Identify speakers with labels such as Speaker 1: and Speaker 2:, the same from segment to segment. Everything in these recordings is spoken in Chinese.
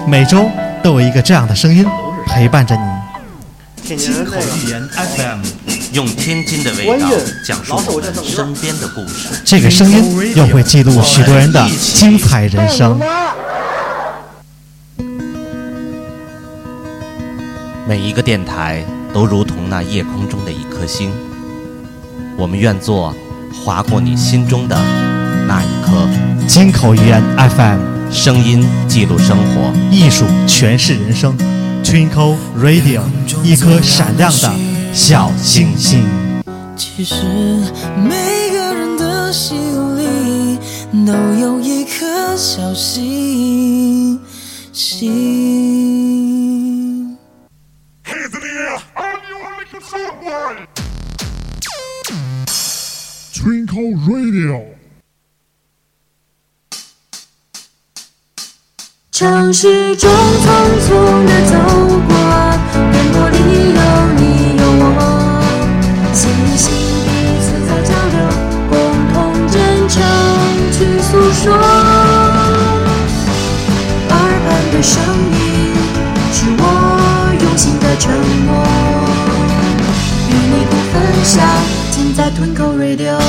Speaker 1: 每周都有一个这样的声音陪伴着你。
Speaker 2: 金口玉言 FM 用天津的味道讲述我们身边的故事，
Speaker 1: 这个声音又会记录许多人的精彩人生。
Speaker 2: 每一个电台都如同那夜空中的一颗星，我们愿做划过你心中的那一颗。
Speaker 1: 金口玉言 FM，
Speaker 2: 声音记录生活，
Speaker 1: 艺术诠释人生。Twinkle Radio， 一颗闪亮的小星星。
Speaker 3: 其实每个人的心里都有一颗小星星。
Speaker 4: Twinkle Radio。
Speaker 3: 城市中匆匆地走过，人波里有你有我，心与心彼此在交流，共同真诚去诉说。耳畔的声音是我用心的承诺，与你不分享，尽在Twinkle Radio。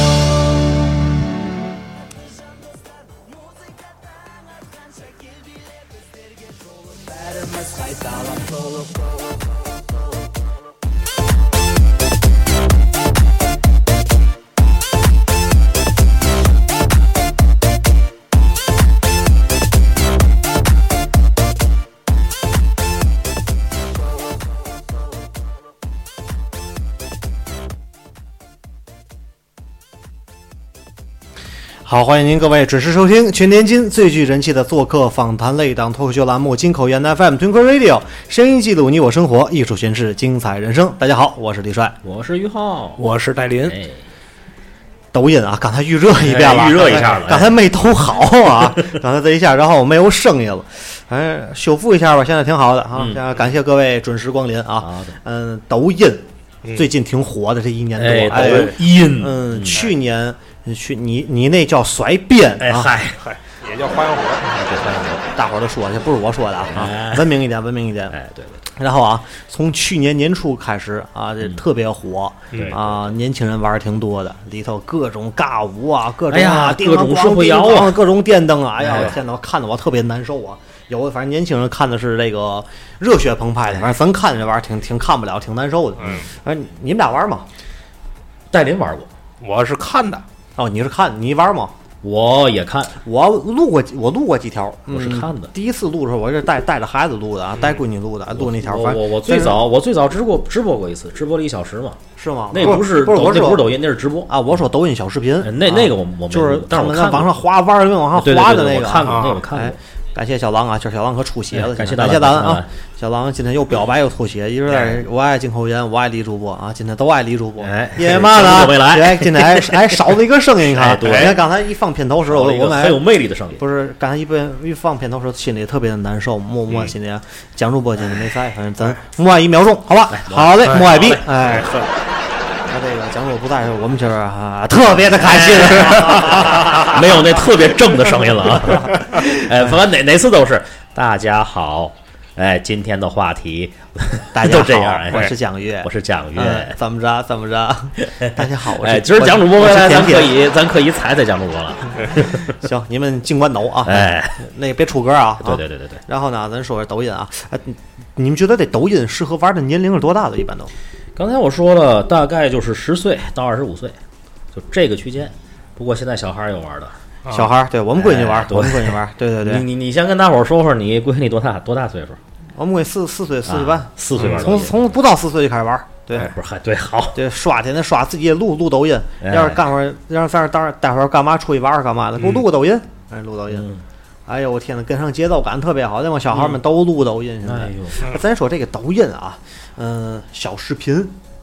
Speaker 5: 好，欢迎您各位准时收听全年津最具人气的做客访谈类档脱口秀栏目金口言 FM Twinkle Radio， 声音记录你我生活，艺术诠释精彩人生。大家好，我是李帅，
Speaker 6: 我是于浩，
Speaker 7: 我是戴林。
Speaker 5: 抖音啊，刚才预热一遍了，
Speaker 6: 预热一下了，
Speaker 5: 刚才没抖好啊，刚才这一下，然后没有声音了，修复一下吧，现在挺好的啊。感谢各位准时光临啊。抖音最近挺火的，这一年多，
Speaker 6: 抖音，
Speaker 5: 去年。你那叫甩鞭啊，
Speaker 7: 嗨，也叫花样火，
Speaker 5: 大伙儿都说，这不是我说的啊，文明一点，文明一点。
Speaker 6: 对。
Speaker 5: 然后啊，从去年年初开始啊，这特别火啊，年轻人玩挺多的，里头各种尬舞啊，各种
Speaker 6: 各种社会摇啊，
Speaker 5: 各种电灯啊，哎呀，天哪，看得我特别难受啊。有的反正年轻人看的是这个热血澎湃的，反正咱看这玩意儿挺看不了，挺难受的。你们俩玩吗？
Speaker 6: 戴林玩过，
Speaker 7: 我是看的。
Speaker 5: 哦，你是看，你玩吗？
Speaker 6: 我也看，
Speaker 5: 我录过几条，
Speaker 6: 我是看的。
Speaker 5: 第一次录的时候，我是带着孩子录的啊，带闺女录的，录那条。
Speaker 6: 我最早直播过一次，直播了1小时嘛。
Speaker 5: 是吗？
Speaker 6: 那不是抖音，那是直播
Speaker 5: 啊。我说抖音小视频，
Speaker 6: 那个我
Speaker 5: 就是
Speaker 6: 他们
Speaker 5: 在网上滑玩的往上滑的那个，
Speaker 6: 看过那个看过。
Speaker 5: 感谢小狼啊，就是小狼可出血了，
Speaker 6: 感谢
Speaker 5: 咱啊！小狼今天又表白又吐血，一直在我爱金口言，我爱李主播啊，今天都爱李主播，因为嘛呢？今天还少了一个声音，看，你看刚才一放片头时候，我们
Speaker 6: 很有魅力的声音，
Speaker 5: 不是刚才一放片头时候，心里特别的难受，默默心里蒋主播今天没在，反正咱默哀1秒钟，好吧？好嘞，默哀毕，哎。这个蒋主不在，我们今儿特别的开心，
Speaker 6: 没有那特别正的声音了啊！反正哪次都是大家好，今天的话题
Speaker 5: 大家
Speaker 6: 都这样。
Speaker 5: 我是蒋越，怎么着？大家好，
Speaker 6: 今儿蒋主播回来，咱可以踩蒋主播了。
Speaker 5: 行，你们尽管抖啊！那别出格啊！
Speaker 6: 对。
Speaker 5: 然后呢，咱说说抖音啊，你们觉得这抖音适合玩的年龄是多大的？一般都？
Speaker 6: 刚才我说了，大概就是10岁到25岁，就这个区间。不过现在小孩有玩的，
Speaker 5: 小孩对我们闺女玩，我们闺女玩，对。
Speaker 6: 你先跟大伙儿说说，你闺女多大岁数？
Speaker 5: 我们闺4岁4岁半
Speaker 6: ，4岁玩，
Speaker 5: 从不到4岁就开始玩，对，
Speaker 6: 不是对好，
Speaker 5: 对天天刷自己录抖音，要是干会儿，要是待会儿干嘛出去玩干嘛的，给我录个抖音，录抖音。哎呦我天哪，跟上节奏感特别好，那帮小孩们都录抖音。现在，咱说这个抖音啊，小视频，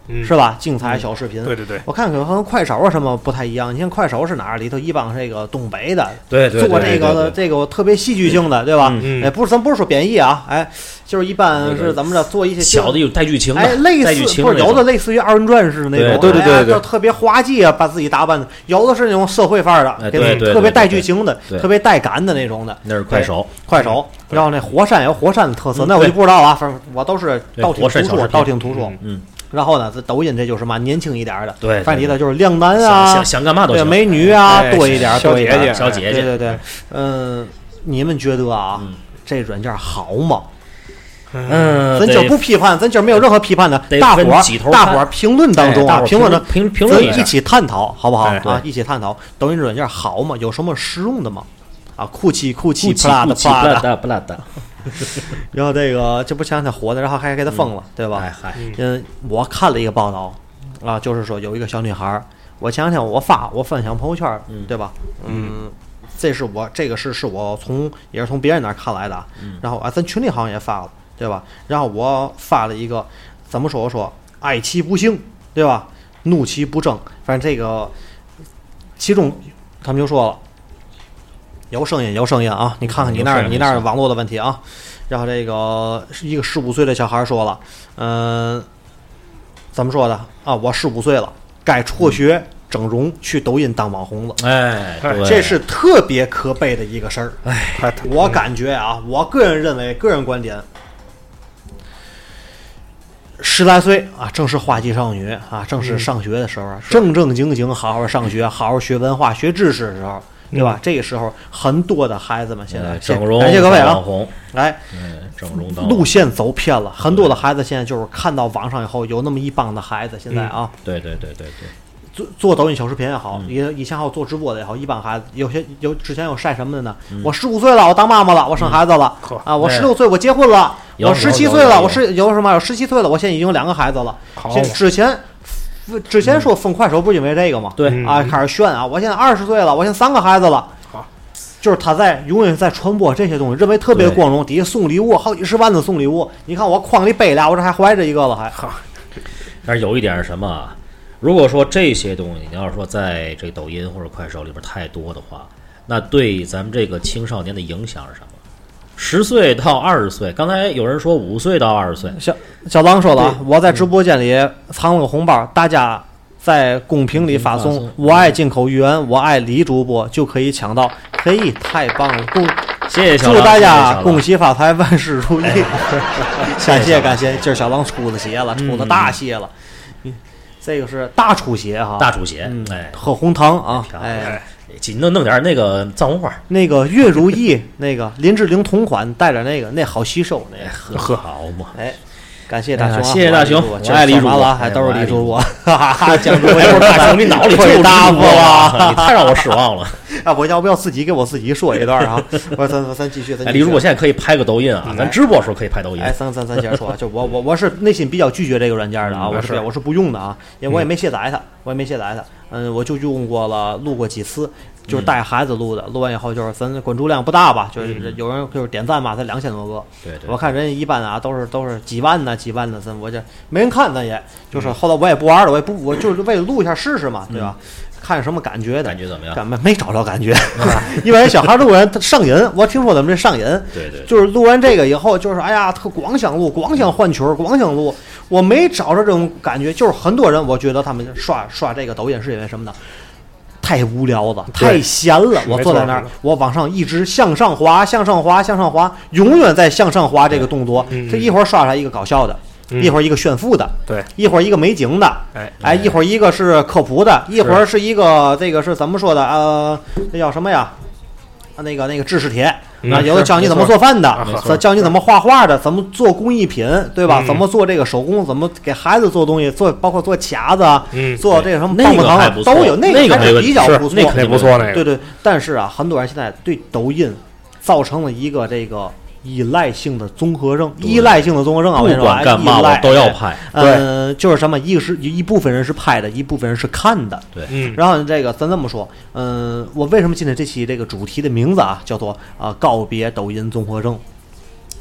Speaker 5: 是吧？精彩小视频。
Speaker 7: 对对对，
Speaker 5: 我看可能快手啊什么不太一样。你像快手是哪儿？里头一帮这个东北的，
Speaker 6: 对对，
Speaker 5: 做这个特别戏剧性的，对吧？哎，咱不是说贬义啊，哎，就是一般是怎么着做一些
Speaker 6: 小的有带剧情的，
Speaker 5: 哎，类似不是有的类似于二人转似的那种，
Speaker 6: 对，
Speaker 5: 特别滑稽啊，把自己打扮的，有的是那种社会范儿的，
Speaker 6: 对，
Speaker 5: 特别带剧情的，特别带感的那种的。
Speaker 6: 那是快手，
Speaker 5: 然后那火山有火山的特色，那我就不知道啊，反正我都是道听途说，然后呢，这抖音这就是嘛年轻一点的，
Speaker 6: 对，
Speaker 5: 反正里头就是靓男啊，
Speaker 6: 想干嘛都行，
Speaker 5: 美女啊多一点，
Speaker 6: 小姐姐，
Speaker 5: 对，你们觉得啊，这软件好吗？咱今儿不批判，咱今儿没有任何批判的，大伙儿评论当中啊，评论咱一起探讨好不好啊？一起探讨抖音软件好吗？有什么实用的吗？啊，酷奇普拉的。然后这不前两天火的，然后还给他封了，对吧？我看了一个报道啊，就是说有一个小女孩，我前两天我分享朋友圈，对吧？这个是我也是从别人那儿看来的，然后咱群里好像也发了，对吧？然后我发了一个怎么说？我说爱其不幸，对吧？怒其不争，反正这个其中他们就说了。有声音啊！你看看你那儿网络的问题啊。然后这个一个15岁的小孩说了，怎么说的啊？我15岁了，该辍学整容去抖音当网红了。
Speaker 6: 哎，
Speaker 5: 这是特别可悲的一个事儿。哎，我感觉啊，我个人观点，10来岁啊，正是花季少女啊，正是上学的时候，正经经好好上学，好好学文化、学知识的时候。对吧？这个时候，很多的孩子们现在
Speaker 6: 整容，
Speaker 5: 感谢各位啊！
Speaker 6: 哎，整容
Speaker 5: 路线走偏了，很多的孩子现在就是看到网上以后，有那么一帮的孩子现在啊，
Speaker 6: 对，
Speaker 5: 做抖音小视频也好，以前还有做直播的也好，一帮孩子之前有晒什么的呢？我15岁了，我当妈妈了，我生孩子了啊！我16岁我结婚了，我17岁了，我17岁了，我现在已经有2个孩子了。之前说封快手不是因为这个吗？
Speaker 6: 对
Speaker 5: 啊，开始炫啊！我现在20岁了，我现在3个孩子了。就是他永远在传播这些东西，认为特别光荣，底下送礼物好几10万的送礼物。你看我筐里背俩，我这还怀着一个了还。
Speaker 6: 但是有一点是什么啊？如果说这些东西你要是说在这抖音或者快手里边太多的话，那对咱们这个青少年的影响是什么？10岁到20岁，刚才有人说5岁到20岁。
Speaker 5: 小狼说了，我在直播间里藏了个红包，大家在公屏里发送“我爱进口语言，我爱李主播”就可以抢到。嘿，太棒了！
Speaker 6: 谢谢小狼，
Speaker 5: 祝大家恭喜发财，万事如意。感谢，今儿小狼出了血了，出了大血了。这个是大出血哈，
Speaker 6: 大出血，
Speaker 5: 喝红糖啊，哎。
Speaker 6: 弄点那个藏红花，
Speaker 5: 那个月如意，那个林志玲同款，带点那好吸收，那
Speaker 6: 喝好嘛，
Speaker 5: 哎。感谢大熊，
Speaker 6: 谢谢大熊，我爱李主播，
Speaker 5: 还都是李主播，哈哈，讲主播
Speaker 6: 大熊，你脑里
Speaker 5: 太大夫了，
Speaker 6: 你太让我失望了。
Speaker 5: 啊，我要不要自己给我自己说一段啊？咱继续，
Speaker 6: 李主播现在可以拍个抖音啊，咱直播时候可以拍抖音。
Speaker 5: 哎，咱接着说，就我是内心比较拒绝这个软件的啊，我是不用的啊，因为我也没卸载它，我就用过了，录过几次。就是带孩子录的，录完以后就是咱关注量不大吧，就是有人就是点赞吧，才2000多个。
Speaker 6: 对，
Speaker 5: 我看人一般啊都是几万的，咱我这没人看，咱也就是后来我也不玩了，我就是为了录一下试试嘛，对吧？看什么感觉的？
Speaker 6: 感觉怎么样？
Speaker 5: 没找着感觉，因为小孩录完他上瘾，我听说他们这上瘾。
Speaker 6: 对，
Speaker 5: 就是录完这个以后，就是哎呀，特光想录，光想换曲儿，光想录，我没找着这种感觉。就是很多人，我觉得他们刷这个抖音是因为什么呢？太无聊了，太闲了。我坐在那儿，我往上一直向上滑，永远在向上滑这个动作。这一会儿刷出来一个搞笑的，一会儿一个炫富的，
Speaker 7: 对，
Speaker 5: 一会儿一个美景的，哎，一会儿一个是科普的，一会儿是一个这个是怎么说的？那叫什么呀？那个知识帖啊，有的教你怎么做饭的，教你怎么画画的，怎么做工艺品，对吧？怎么做这个手工，怎么给孩子做东西，包括做卡子，做这个什么棒棒糖都有，那个还是比较不错，
Speaker 7: 那个不错，那个
Speaker 5: 对。但是啊，很多人现在对抖音造成了一个这个依赖性的综合症啊，
Speaker 6: 不管干嘛我都要拍。
Speaker 5: 就是什么，一部分人是拍的，一部分人是看的。
Speaker 6: 对，
Speaker 5: 然后这个咱这么说，我为什么今天这期这个主题的名字啊叫做告别抖音综合症？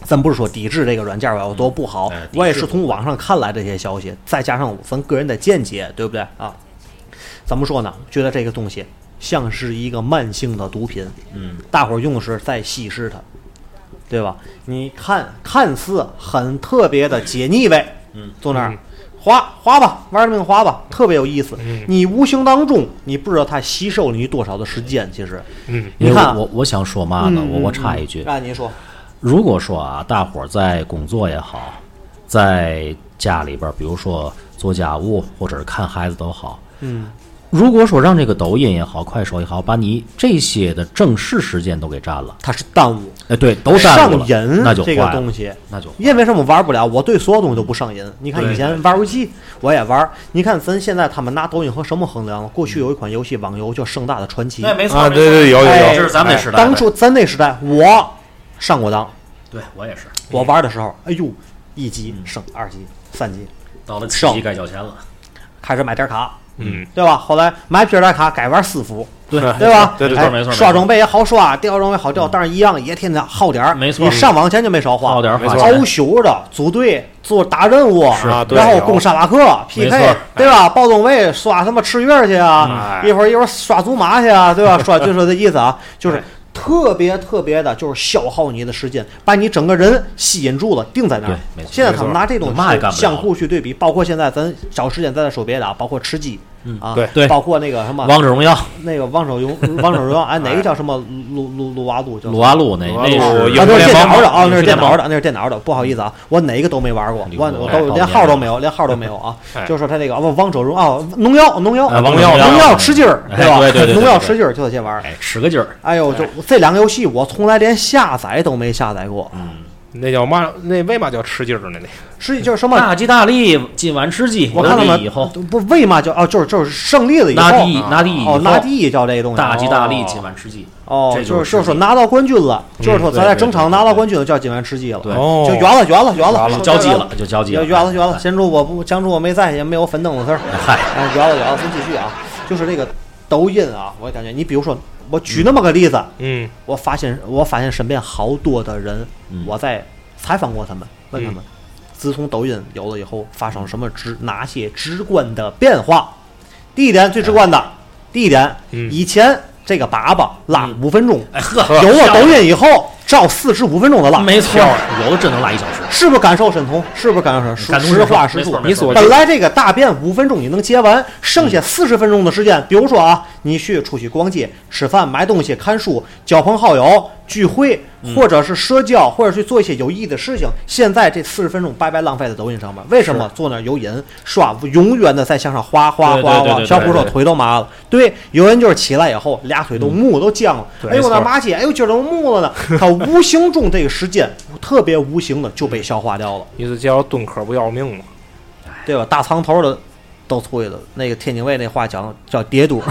Speaker 5: 咱不是说抵制这个软件有多不好，我也是从网上看来这些消息，再加上咱个人的见解，对不对啊？怎么说呢？觉得这个东西像是一个慢性的毒品，大伙儿用的是在稀释它，对吧？你看似很特别的解腻味，坐那儿滑吧，玩命滑吧，特别有意思。你无形当中你不知道它吸收了你多少的时间，其实，你看
Speaker 6: 我想说嘛呢？我插一句，
Speaker 5: 您说，
Speaker 6: 如果说啊，大伙儿在工作也好，在家里边，比如说做家务或者是看孩子都好，如果说让这个抖音也好，快手也好，把你这些的正式时间都给占了，
Speaker 5: 它是耽误。
Speaker 6: 对，都耽误了，
Speaker 5: 上瘾，
Speaker 6: 那就
Speaker 5: 这个东西，
Speaker 6: 那就
Speaker 5: 因为什么玩不了？我对所有东西都不上瘾。你看以前玩游戏，我也玩。你看咱现在他们拿抖音和什么衡量？过去有一款游戏网游叫《盛大的传奇》，
Speaker 6: 没错，
Speaker 7: 对，有，
Speaker 6: 这是咱们那时代。
Speaker 5: 当初咱那时代，我上过当，
Speaker 6: 对我也是。
Speaker 5: 我玩的时候，哎呦，1级升2级、3级，
Speaker 6: 到了7级该交钱了，
Speaker 5: 开始买点卡。对吧？后来买皮带卡改玩私服，
Speaker 6: 对
Speaker 5: 吧？
Speaker 6: 对，没错。
Speaker 5: 刷装备也好刷，掉装备好掉，但是一样也天天耗点，
Speaker 6: 没错。
Speaker 5: 你上网钱就没少花，
Speaker 6: 耗点花
Speaker 5: 熬宿的组队做大任务，然后攻沙拉克 PK， 对吧？爆装备刷什么赤月去啊？一会儿刷祖玛去啊，对吧？刷就说这意思啊，就是特别的，就是消耗你的时间，把你整个人吸引住了，定在那儿。现在他们拿这种相互去对比，包括现在咱找时间咱再说别的啊，包括吃鸡。
Speaker 6: 对，
Speaker 5: 包括那个什么
Speaker 6: 王者荣耀，
Speaker 5: 那个王者荣耀，哎，哪个叫什么撸啊撸？
Speaker 6: 撸啊撸那
Speaker 5: 是那是电脑的啊，那是电脑的，不好意思啊，我哪个都没玩过，我都连号都没有啊。就是说他那个王者荣耀、农药吃劲儿，对吧？
Speaker 6: 对，
Speaker 5: 农药吃劲儿就这些玩意儿，
Speaker 6: 吃个劲儿。
Speaker 5: 哎呦，就这两个游戏我从来连下载都没下载过。
Speaker 7: 那叫嘛？那为嘛叫吃劲儿呢？那
Speaker 5: 是就是什么
Speaker 6: 大吉大利，今晚吃鸡。
Speaker 5: 我看他们
Speaker 6: 以后
Speaker 5: 不为嘛叫就是胜利了以后
Speaker 6: 拿第一
Speaker 5: 拿第一叫这个东西。
Speaker 6: 大吉大利，今晚吃鸡。
Speaker 5: 就是说拿到冠军了，就是说咱在整场拿到冠军了，叫今晚吃鸡了。
Speaker 6: 对，
Speaker 5: 就圆了，
Speaker 6: 交鸡了，就交鸡了。
Speaker 5: 圆了。先祝我没在，也没有粉灯的事儿。
Speaker 6: 嗨，
Speaker 5: 圆了，咱继续啊。就是这个抖音啊，我感觉你比如说。我举那么个例子，我发现身边好多的人，我在采访过他们，问他们，自从抖音有了以后，发生什么哪些直观的变化？第一点，最直观的，以前这个粑粑拉5分钟，有了抖音以后，照45分钟的拉，
Speaker 6: 没错，有的真能拉1小时，
Speaker 5: 是不是感受神通？实话实说，
Speaker 6: 没错。
Speaker 5: 本来这个大便5分钟你能结完，剩下40分钟的时间，比如说啊，你出去逛街、吃饭、买东西、看书、交朋好友、聚会，或者是社交，或者去做一些有意义的事情。现在这40分钟白白浪费在抖音上面，为什么？坐那儿有瘾，刷，永远的在向上滑，小虎说腿都麻了。对，有人就是起来以后俩腿都木都僵了，哎呦那麻街，哎呦今儿都木了呢。他无形中这个时间特别无形的就被消化掉了。
Speaker 7: 意思叫蹲坑不要命嘛，
Speaker 5: 对吧？大苍头的都会了，那个天津卫那话讲叫叠肚。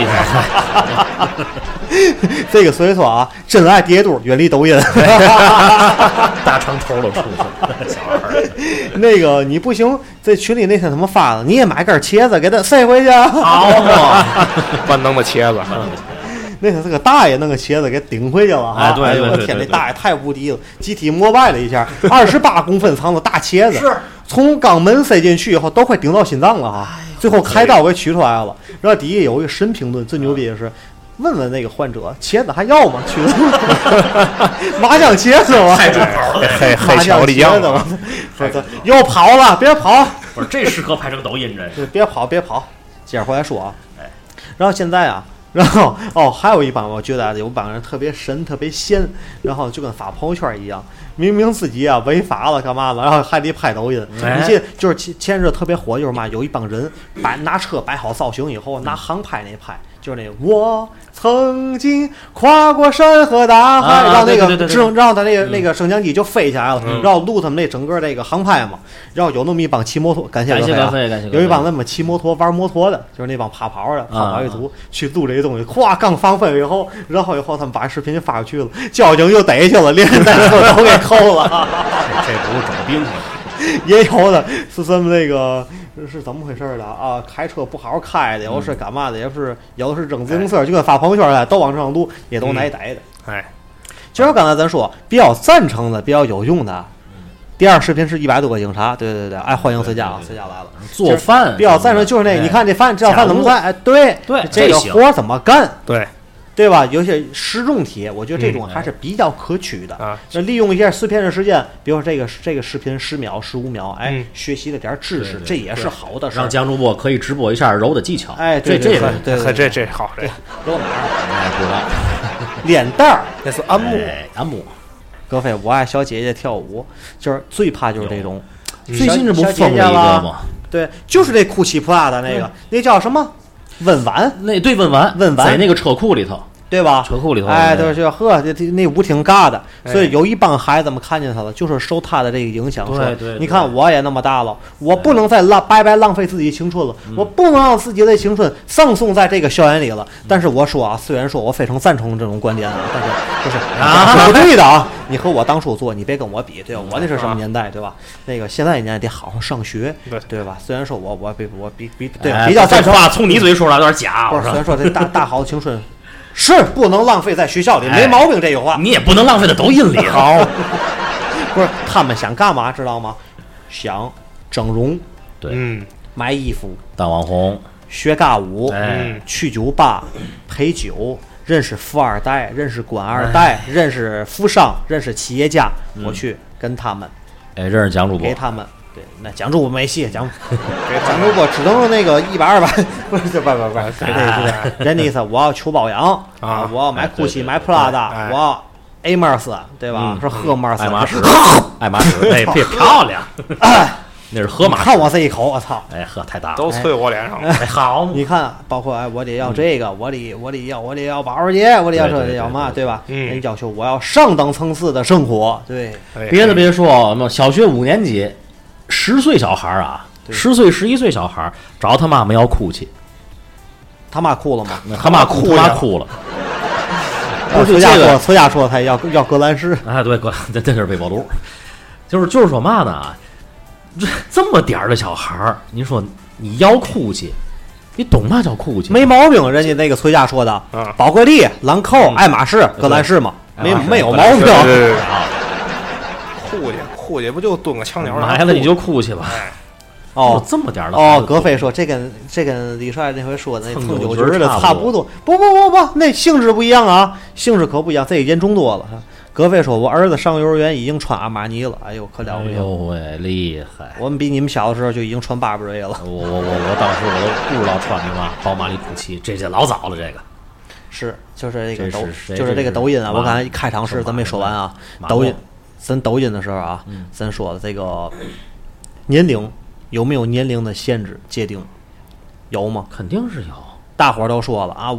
Speaker 5: 这个所以说啊，真爱叠肚，远离抖音。
Speaker 6: 大长头都出去了，小孩。
Speaker 5: 那个你不行，在群里那天他们发了，你也买根茄子给他塞回去。
Speaker 6: 好嘛，
Speaker 7: 万能的茄子。
Speaker 5: 那天这个大爷弄个茄子给顶回去了啊！
Speaker 6: 对，
Speaker 5: 我天，那大爷太无敌了，集体膜拜了一下，28公分长的大茄子，从肛门塞进去以后都快顶到心脏了哈，最后开刀给取出来了。然后底下有一个神评论，最牛逼的是。问问那个患者，茄子还要吗？去麻酱茄子吗？
Speaker 6: 太重跑了，
Speaker 5: 麻酱茄子吗？又跑了，别跑！
Speaker 6: 不是，这适合拍成抖音这。
Speaker 5: 别跑！接着回来说啊。然后现在啊，还有一帮我觉得有帮人特别神、特别仙，然后就跟发朋友圈一样，明明自己啊违法了干嘛了，然后还得拍抖音。你记得就是前日特别火，就是嘛，有一帮人拿车摆好造型以后，拿航拍那拍。就是那个我曾经跨过山河大海，让那个让他那个升降机就飞起来了，然后录他们那整个那个航拍嘛。然后有那么一帮骑摩托，感谢，有一帮那么骑摩托玩摩托的，就是那帮爬跑的跑跑一族去录这些东西，咵刚放飞以后，然后他们把视频就发出去了，交警又逮去了，连人带车都给扣了。
Speaker 6: 这不是找病吗？
Speaker 5: 也有的是这么那个是怎么回事的啊？开车不好好开的，有是干嘛的，也是有的是扔自行车，就跟发朋友圈的，都往这上录，也都挨逮的。 其实刚才咱说比较赞成的、比较有用的。第二视频是100多个警察，对，哎，欢迎随家啊，随家来了。
Speaker 6: 做饭
Speaker 5: 比较赞成就是那，你看这饭这道饭怎么菜？哎，对，这个活怎么干？对吧？有些实重题，我觉得这种还是比较可取的。那利用一下碎片的时间，比如说这个视频10秒、15秒，哎，学习了点知识，这也是好的事。
Speaker 6: 让蒋主播可以直播一下揉的技巧。
Speaker 5: 哎，这
Speaker 7: 好，这
Speaker 5: 揉哪儿？
Speaker 6: 哎，不知道。
Speaker 5: 脸蛋儿，
Speaker 7: 那是按摩，
Speaker 6: 按摩。
Speaker 5: 各位，我爱小姐姐跳舞，就是最怕就是这种。
Speaker 6: 最近这不疯了一个吗？
Speaker 5: 对，就是这酷奇普拉的那个，那叫什么？温婉，
Speaker 6: 那对温婉在那个车库里头，
Speaker 5: 对吧？
Speaker 6: 车库里头，
Speaker 5: 哎，对，就呵，那舞挺尬的，所以有一帮孩子们看见他了，就是受他的这个影响。
Speaker 6: 对，
Speaker 5: 你看我也那么大了，我不能再白白浪费自己青春了，我不能让自己的青春葬送在这个校园里了。但是我说啊，虽然说我非常赞同这种观点啊，但是就是不对的啊。你和我当初做，你别跟我比，对吧？我那是什么年代，对吧？那个现在你得好好上学，对吧？虽然说我比对比较赞成，
Speaker 6: 话从你嘴说来有点假，
Speaker 5: 不是？虽然说这大好的青春是不能浪费在学校里，没毛病这句话，
Speaker 6: 你也不能浪费在抖音里。
Speaker 5: 好，不是他们想干嘛知道吗？想整容，
Speaker 6: 对，
Speaker 5: 买衣服，
Speaker 6: 当网红，
Speaker 5: 学尬舞，去酒吧陪酒。认识富二代，认识官二代，认识富商，认识企业家，我去跟他们，
Speaker 6: 哎，认识蒋主播，
Speaker 5: 给他们，对，那蒋主播没戏，蒋主播只能那个100、200，不是，对，人的意思，我要求保养啊，我要买 GUCCI，买 Prada，我要 Hermes，对吧？是赫马斯，
Speaker 6: 爱马仕，哎，漂亮。那是河马，
Speaker 5: 看我这一口，我操！
Speaker 6: 哎呵，太大了，
Speaker 7: 都啐我脸上了。
Speaker 6: 哎，好，
Speaker 5: 你看，包括我得要这个，我得要保时捷，我得要这要嘛，对吧？人要求我要上等层次的生活，对。
Speaker 6: 别的别说，小学5年级，10岁小孩啊，10岁11岁小孩找他妈妈要哭去，
Speaker 5: 他妈哭了吗？
Speaker 6: 他妈哭了。
Speaker 5: 不是崔家说他要格兰仕，
Speaker 6: 哎，对，这是微波炉，就是说嘛呢？这么点儿的小孩儿，你说你要哭去，你懂嘛叫哭去？
Speaker 5: 没毛病，人家那个崔家说的，宝格丽、兰蔻、爱马仕、格兰仕嘛，没有毛病。
Speaker 7: 哭去不就蹲个墙角
Speaker 6: 买了你就哭去吧。哦，这么点儿的
Speaker 5: 哦，葛飞说这跟李帅那回说的那蹭酒局的差不多。不，那性质不一样啊，性质可不一样，这严重多了。葛飞说：“我儿子上幼儿园已经穿阿玛尼了，哎呦，可了不得！
Speaker 6: 哎呦喂，厉害！
Speaker 5: 我们比你们小的时候就已经穿Burberry了。
Speaker 6: 我当时我都不知道穿什么宝马里普奇，这老早了，这个
Speaker 5: 是就是这个就是这个抖音啊！我刚才开场时咱没说完啊，咱抖音的时候啊，咱说的这个年龄有没有年龄的限制界定？有吗？
Speaker 6: 肯定是有。”
Speaker 5: 大伙儿都说了啊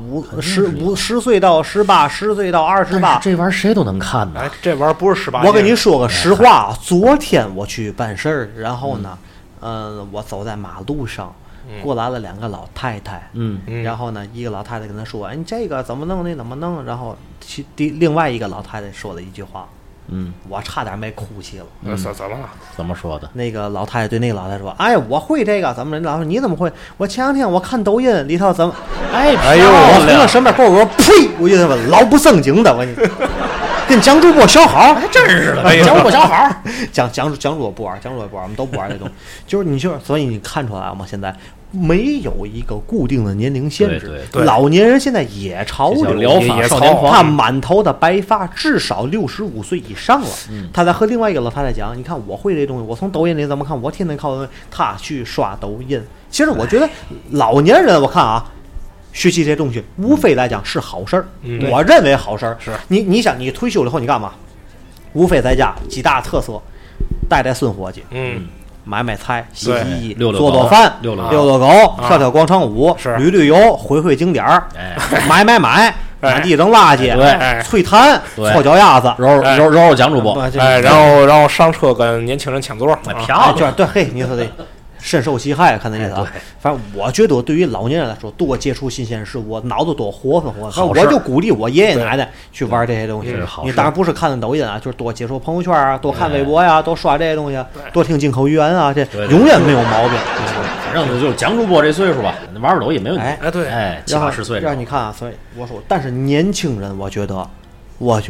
Speaker 5: ，10岁到18，10岁到28，
Speaker 6: 这玩意儿谁都能看的。
Speaker 7: 哎，这玩意儿不是18。
Speaker 5: 我跟你说个实话，昨天我去办事儿，然后呢，我走在马路上，过来了2个老太太，然后呢，一个老太太跟他说：“哎，你这个怎么弄？那怎么弄？”然后另外一个老太太说了一句话。我差点没哭泣了。
Speaker 7: 怎么了？
Speaker 6: 怎么说的？
Speaker 5: 那个老太太对那个老太太说：“哎，我会这个，怎么人？老师你怎么会？我前2天我看抖音里头怎么？哎呦，我从那什么过我呸！我觉得老不正经的，我跟蒋主播小好还真是的，蒋主播小好，蒋主播不玩，我们都不玩那种。所以你看出来了吗？现在。”没有一个固定的年龄限制，老年人现在也潮流，
Speaker 6: 也潮，
Speaker 5: 他满头的白发至少65岁以上了。他在和另外一个老太太讲：“你看我会这东西，我从抖音里怎么看？我天天靠他去刷抖音。”其实我觉得老年人，我看啊，学习这些东西，无非来讲是好事儿。我认为好事儿是你想你退休了后你干嘛？无非在家几大特色，带孙伙计，买菜，洗衣，做饭，遛狗，跳广场舞，旅游，回景点儿，买，满地扔垃圾，脆痰，搓脚丫子，
Speaker 6: 揉蒋主播，
Speaker 7: 哎，然后上车跟年轻人抢座，
Speaker 5: 漂亮，对，嘿，你说的。深受其害，看那意思啊。反正我觉得对于老年人来说，多接触新鲜事物，脑子多活分。我就鼓励我爷爷奶奶去玩这些东西。你当然不是看抖音啊，就是多接触朋友圈啊，多看微博呀，多刷这些东西，多听进口语言啊，这永远没有毛病。
Speaker 6: 反正就是蒋主播这岁数吧，玩抖音没问题。
Speaker 7: 哎，对，
Speaker 6: 哎，70-80岁。
Speaker 5: 让你看啊，所以我说，但是年轻人，我觉得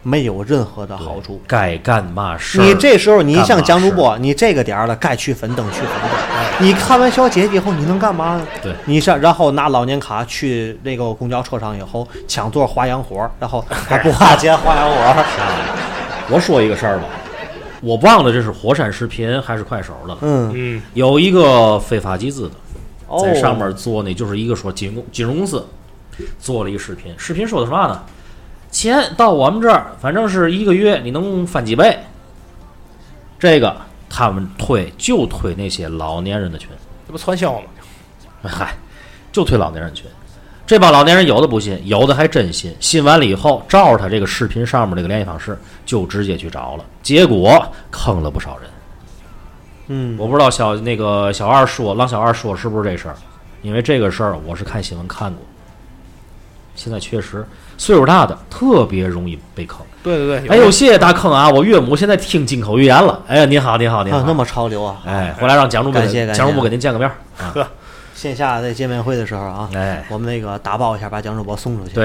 Speaker 5: 没有任何的好处。
Speaker 6: 该干嘛事儿？
Speaker 5: 你这时候你像蒋主播，你这个点儿了，该去粉灯去粉灯。你看完小姐姐以后，你能干嘛呢？
Speaker 6: 对，
Speaker 5: 你上然后拿老年卡去那个公交车上以后抢座划洋火，然后还不花钱划洋火。
Speaker 6: 我说一个事儿吧，我忘了这是火山视频还是快手的了。
Speaker 7: 嗯，
Speaker 6: 有一个非法集资的，
Speaker 5: 哦
Speaker 6: 在上面做那就是一个说金融公司做了一个视频，视频说的啥呢？钱到我们这儿，反正是1个月你能翻几倍。这个他们推那些老年人的群，
Speaker 7: 这不传销吗？
Speaker 6: 嗨，就推老年人群。这帮老年人有的不信，有的还真信。信完了以后，照着他这个视频上面这个联系方式，就直接去找了，结果坑了不少人。我不知道郎小二说是不是这事儿，因为这个事儿我是看新闻看过。现在确实岁数大的特别容易被坑。
Speaker 7: 对，
Speaker 6: 哎呦，谢谢大坑啊！我岳母现在听进口语言了。哎呀，您好，
Speaker 5: 那么潮流啊！
Speaker 6: 哎，回来让蒋主播给您见个面啊。
Speaker 5: 线下在见面会的时候啊，
Speaker 6: 哎，
Speaker 5: 我们那个打包一下，把蒋主播送出去。
Speaker 6: 对，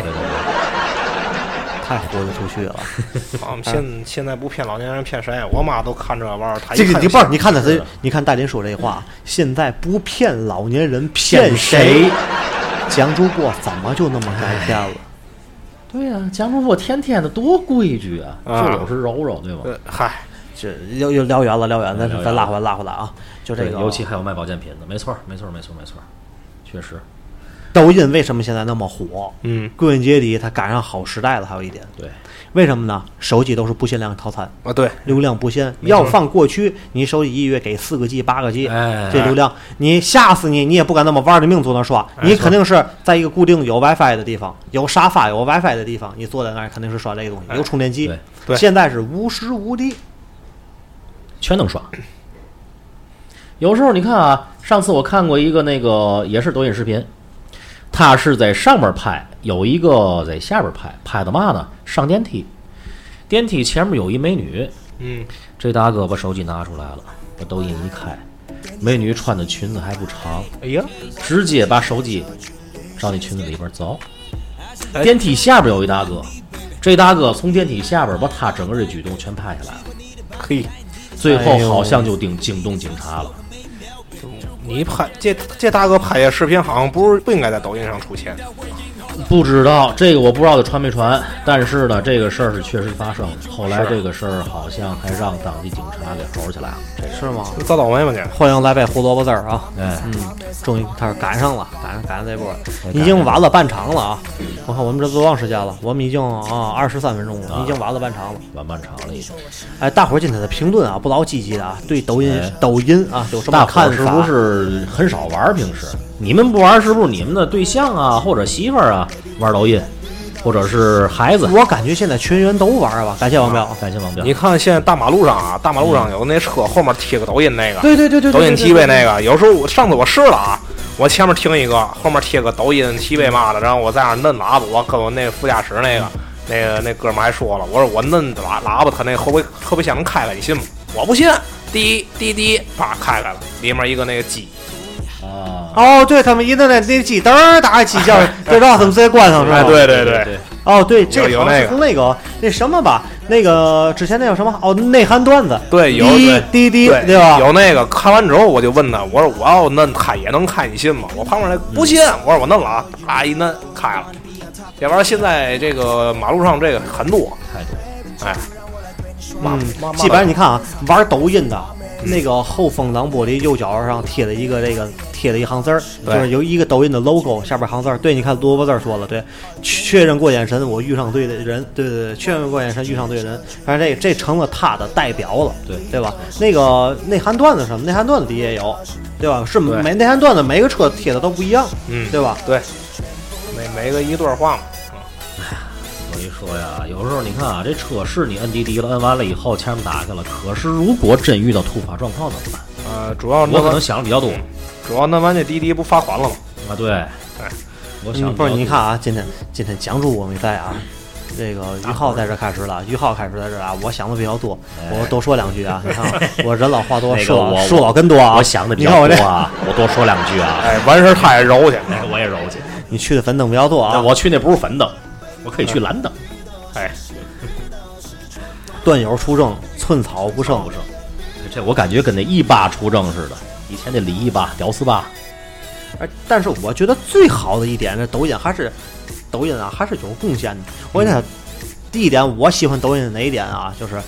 Speaker 5: 太豁得出去了。
Speaker 7: 现在不骗老年人骗谁？我妈都看这玩意儿，她
Speaker 5: 这个你不是你看你看戴林说这话，现在不骗老年人骗谁？蒋主播怎么就那么该骗了？
Speaker 6: 对呀，蒋主播天天的多规矩啊，这有是柔对吧？
Speaker 7: 嗨，
Speaker 5: 这又聊远了，咱拉回来啊！就这个，
Speaker 6: 尤其还有卖保健品的，没错，确实。
Speaker 5: 抖音为什么现在那么火？归根结底，它赶上好时代了。还有一点，
Speaker 6: 对，
Speaker 5: 为什么呢？手机都是不限量套餐
Speaker 7: 啊，对，
Speaker 5: 流量不限。要放过去，你手机1月给4个 G、8个 G， 这流量你吓死你，你也不敢那么玩的命坐那刷，你肯定是在一个固定有 WiFi 的地方，有沙发有 WiFi 的地方，你坐在那儿肯定是刷这个东西，有充电器。
Speaker 7: 对，
Speaker 5: 现在是无时无地，
Speaker 6: 全能刷。有时候你看啊，上次我看过一个那个也是抖音视频。他是在上边拍，有一个在下边拍的嘛呢？上电梯，电梯前面有一美女，这大哥把手机拿出来了，把抖音一开，美女穿的裙子还不长，
Speaker 7: 哎呀，
Speaker 6: 直接把手机照你裙子里边走。电梯下边有一大哥，这大哥从电梯下边把他整个的举动全拍下来了，
Speaker 7: 嘿，
Speaker 6: 最后好像就惊动警察了。
Speaker 7: 你拍这大哥拍的视频好像不应该在抖音上出现，
Speaker 6: 不知道这个我不知道他传没传，但是呢，这个事儿是确实发生的。后来这个事儿好像还让当地警察给吼起来了，
Speaker 5: 是吗？
Speaker 7: 遭倒霉吧你！
Speaker 5: 欢迎来杯胡萝卜丝儿啊！
Speaker 6: 哎，
Speaker 5: 终于他是赶上这波，已经晚了半场了啊！我看我们这多长时间了？我们已经23分钟了，已经晚了半场了，
Speaker 6: 晚半场了已经。
Speaker 5: 哎，大伙儿今天的评论啊，不老积极的啊，对抖音啊有什么看法？
Speaker 6: 是不是很少玩？平时你们不玩，是不是你们的对象啊或者媳妇儿啊玩抖音，或者是孩子？
Speaker 5: 我感觉现在全员都玩吧。感谢王彪，
Speaker 6: 感谢王彪。
Speaker 7: 你看现在大马路上有那车后面贴个抖音那个，
Speaker 5: 对，
Speaker 7: 抖音提杯那个。有时候上次我试了啊，我前面听一个，后面贴个抖音提杯嘛的，然后我在那摁喇叭，我跟我那个副驾驶那哥们还说了，我说我摁喇叭，他那个后备箱能开你信吗？我不信，滴滴滴，啪开了，里面一个那个鸡。
Speaker 5: 哦，对他们一弄那鸡嘚儿打鸡叫，这让他们直接关上是吧？
Speaker 7: 对。
Speaker 5: 哦，对，这
Speaker 7: 有
Speaker 5: 那个那什么吧，那个之前那叫什么？哦，内涵段子。
Speaker 7: 对，有
Speaker 5: 滴对吧？
Speaker 7: 有那个看完之后，我就问他，我说我要弄开也能开，你信吗？我旁边那不信，我说我弄了啊，一弄开了。这玩意儿现在这个马路上这个很多，
Speaker 6: 太多，
Speaker 7: 哎，
Speaker 5: 基本上你看啊，玩抖音的。那个后风挡玻璃右角上贴了一行字儿，就是有一个抖音的 logo， 下边行字儿。对，你看萝卜字说了，对，确认过眼神，我遇上对的人，对，确认过眼神，遇上对人。反正这成了他的代表了，对吧？那个内涵段子什么，内涵段子底也有，对吧？是内涵段子每个车贴的都不一样，对吧？
Speaker 7: 对，每个一段话嘛。
Speaker 6: 所以说呀，有时候你看啊，这车是你摁滴滴了，摁完了以后前面打开了，可是如果真遇到突发状况怎么办？
Speaker 7: 主要
Speaker 6: 我可能想的比较多，
Speaker 7: 主要弄完这滴滴不罚款了吗？
Speaker 6: 啊，对，
Speaker 7: 哎，
Speaker 6: 我想
Speaker 5: 不是，你看啊，今天讲主我没在啊，这个于浩在这开始了，于浩开始在这啊，我想的比较多，我多说两句啊，你看我人老话多，说老跟多啊，
Speaker 6: 我想的比较多啊，我多说两句啊，
Speaker 7: 哎，完事他也揉去，
Speaker 6: 我也揉去，
Speaker 5: 你去的粉灯比较多啊，
Speaker 6: 我去那不是粉灯。我可以去蓝灯，
Speaker 7: 哎，
Speaker 5: 段友出征，寸草不生。
Speaker 6: 这我感觉跟那188出征似的，以前的李188、屌丝8。
Speaker 5: 但是我觉得最好的一点，这抖音还是有贡献的。我跟你讲，第一点，我喜欢抖音的哪一点啊？就是，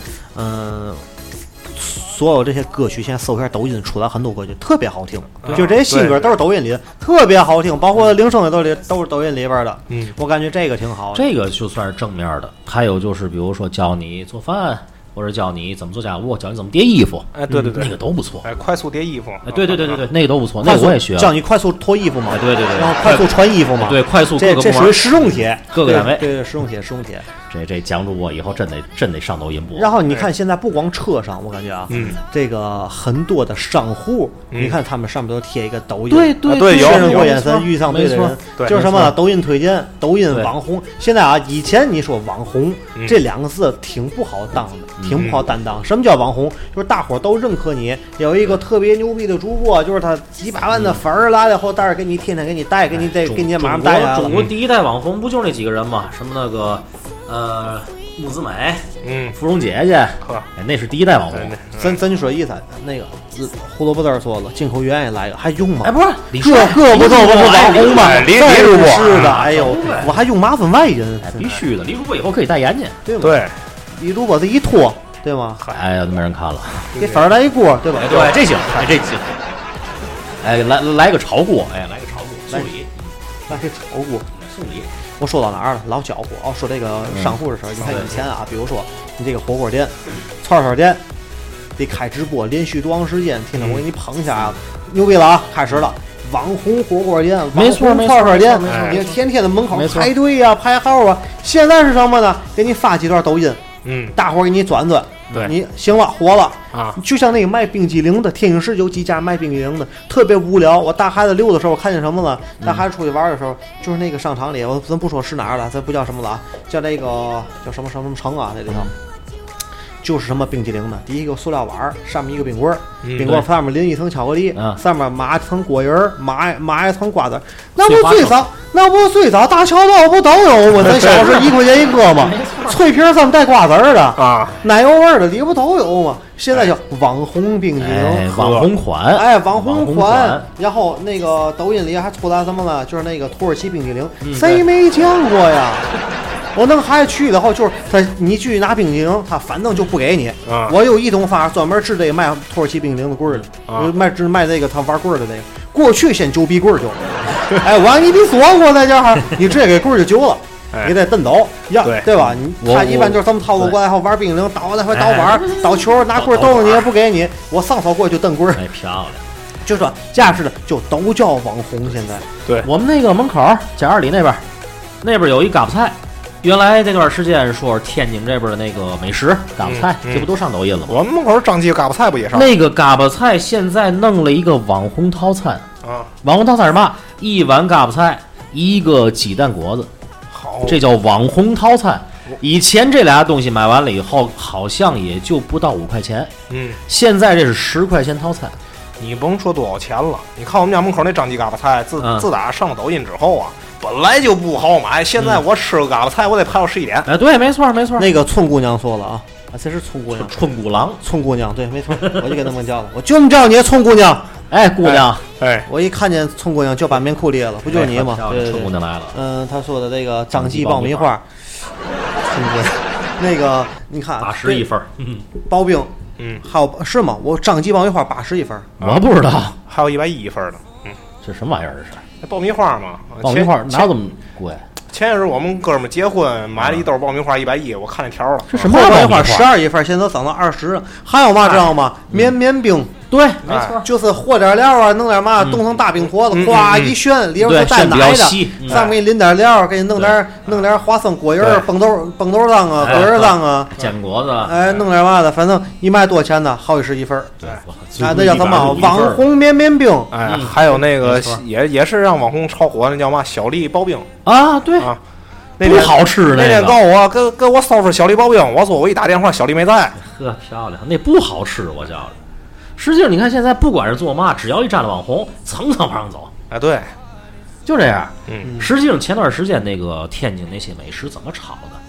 Speaker 5: 所有这些歌曲现在搜一下抖音出来很多歌曲特别好听，就这些新歌都是抖音里的，特别好听，包括铃声也都是抖音里边的。我感觉这个挺好的。
Speaker 6: 这个就算是正面的。还有就是，比如说教你做饭。或者教你怎么做家务，教你怎么叠衣服，
Speaker 7: 对，
Speaker 6: 那个都不错。
Speaker 7: 快速叠衣服，
Speaker 6: 对，那个都不错，那个我也学了。
Speaker 5: 教你快速脱衣服嘛，
Speaker 6: 对，
Speaker 5: 然后快速穿衣服嘛，
Speaker 6: 对，快速各个部门，
Speaker 5: 这属于实用帖，
Speaker 6: 各个单位，
Speaker 5: 对，实用帖。
Speaker 6: 这讲主播以后真得上抖音播。
Speaker 5: 然后你看现在不光车上，我感觉啊，这个很多的商户，你看他们上面都贴一个抖音，
Speaker 6: 对，
Speaker 5: 确认过眼神，遇上对的人，就是什么抖音推荐、抖音网红。现在啊，以前你说网红这2个字挺不好当的，挺不好担当。什么叫网红？就是大伙都认可你，有一个特别牛逼的主播，就是他几百万的粉儿来了后，但是给你天天给你带，给你马上带来了。
Speaker 6: 中国第一代网红不就那几个人吗？什么那个木子美，芙蓉姐姐，那是第一代网红。
Speaker 5: 咱就说意思，那个胡萝卜字说了，进口原也来个，还用吗？
Speaker 6: 不是，
Speaker 5: 个不都是网红吗？
Speaker 7: 李主播
Speaker 5: 是的，哎呦，我还用麻烦外人，
Speaker 6: 必须的。李主播以后可以代言去，
Speaker 5: 对吗？对，李主播这一脱。对吗？
Speaker 6: 哎呀，都没人看了。
Speaker 5: 给粉儿来一锅，对吧？
Speaker 6: 对，这行，这行。来个炒锅，来个炒锅，送礼，
Speaker 5: 来个炒锅，
Speaker 6: 送礼。
Speaker 5: 我说到哪儿了？老搅和哦，说这个商户的事儿。你看以前啊，比如说你这个火锅店、串店得开直播，连续多长时间？天天我给你捧一下啊，牛逼了啊！开始了。网红火锅店，
Speaker 6: 没错，
Speaker 5: 串店，你天天的门口排队呀、排号啊。现在是什么呢？给你发几段抖音。大伙儿给你转，你行了，火了啊！就像那个卖冰激凌的，天津市有几家卖冰激凌的，特别无聊。我带孩子溜的时候看见什么了？带孩子出去玩的时候，就是那个商场里，咱不说是哪儿了，咱不叫什么了啊，叫那个叫什么城啊，那里头。就是什么冰激凌的，第一个塑料碗，上面一个冰棍儿，冰棍儿上面淋一层巧克力，上面码一层果仁儿，码一层瓜子。那不最早大桥道不都有吗？咱小时候1块钱一个嘛，脆皮上带瓜子儿的啊，奶油味的里不都有吗？现在叫网红冰激凌，
Speaker 6: 网红款，
Speaker 5: 网红款。然后那个抖音里还出来什么了？就是那个土耳其冰激凌，谁没见过呀？我弄孩子去了后，就是你去拿冰激凌，他反正就不给你。我有一种方法，专门治这个卖土耳其冰激凌的棍儿的，卖这个他玩棍儿的那个。过去先揪逼棍儿就，我让你别锁我在这儿，你直接给棍儿就揪了，你得蹬走呀，对吧？他一般就是这么套路过来后玩冰激凌，倒来回倒碗、倒球，拿棍儿逗你也不给你，我上手过去就蹬棍儿，
Speaker 6: 漂亮。
Speaker 5: 就说架势的就都叫网红。现在
Speaker 6: 对我们那个门口贾二里那边有一嘎巴菜。原来这段时间说天津这边的那个美食嘎巴菜，这不都上抖音了吗？
Speaker 7: 我们门口张记嘎巴菜不也上？
Speaker 6: 那个嘎巴菜现在弄了一个网红套餐啊！网红套餐是嘛？1碗嘎巴菜，1个鸡蛋果子，
Speaker 7: 好，
Speaker 6: 这叫网红套餐。以前这俩东西买完了以后，好像也就不到5块钱，现在这是10块钱套餐。
Speaker 7: 你甭说多少钱了，你看我们家门口那张记嘎巴菜，自打上了抖音之后啊。本来就不好买，现在我吃个嘎巴菜，我得排到11点。
Speaker 6: 对，没错。
Speaker 5: 那个村姑娘说了啊，这是村姑娘，村姑娘，对，没错，我就给他们叫了，我就叫你村姑娘，
Speaker 6: 姑娘，
Speaker 5: 我一看见村姑娘就把棉裤裂了，不就是你吗？
Speaker 6: 对，村姑娘来了。
Speaker 5: 他说的这个张记爆米花，村姑娘，那个你看
Speaker 6: 80一份，
Speaker 5: 刨冰，还有是吗？我张记爆米花80一份，
Speaker 6: 我不知道，
Speaker 7: 还有110一份的，
Speaker 6: 这什么玩意儿这是？
Speaker 7: 爆米花嘛，
Speaker 6: 爆米花哪有这么贵？
Speaker 7: 前些日我们哥们结婚买了一兜爆米花110，我看那条了。
Speaker 5: 这什么爆米花？12一份，现在都涨到20了。还有嘛知道吗？绵冰。
Speaker 6: 对，没错，
Speaker 5: 就是和点料啊，弄点嘛，冻成大冰坨子，哗一旋，里边是带奶的，上面给你淋点料，给你弄点花生果仁、蹦豆汤啊，果仁汤啊，
Speaker 6: 坚果子，
Speaker 5: 弄点嘛的，反正一卖多钱呢，好几10一份。对，那叫什么？网红绵冰。
Speaker 7: 还有那个也是让网红炒火，那叫嘛？小粒刨冰
Speaker 6: 啊，对啊。
Speaker 7: 不
Speaker 6: 好吃
Speaker 7: 那天告我跟我捎份小粒刨冰，我说我一打电话，小粒没在。
Speaker 6: 呵，漂亮，那不好吃，我觉着。实际上，你看现在不管是做嘛，只要一沾了网红，层层往上走。
Speaker 7: 对，
Speaker 6: 就这样。实际上前段时间那个天津那些美食怎么炒的？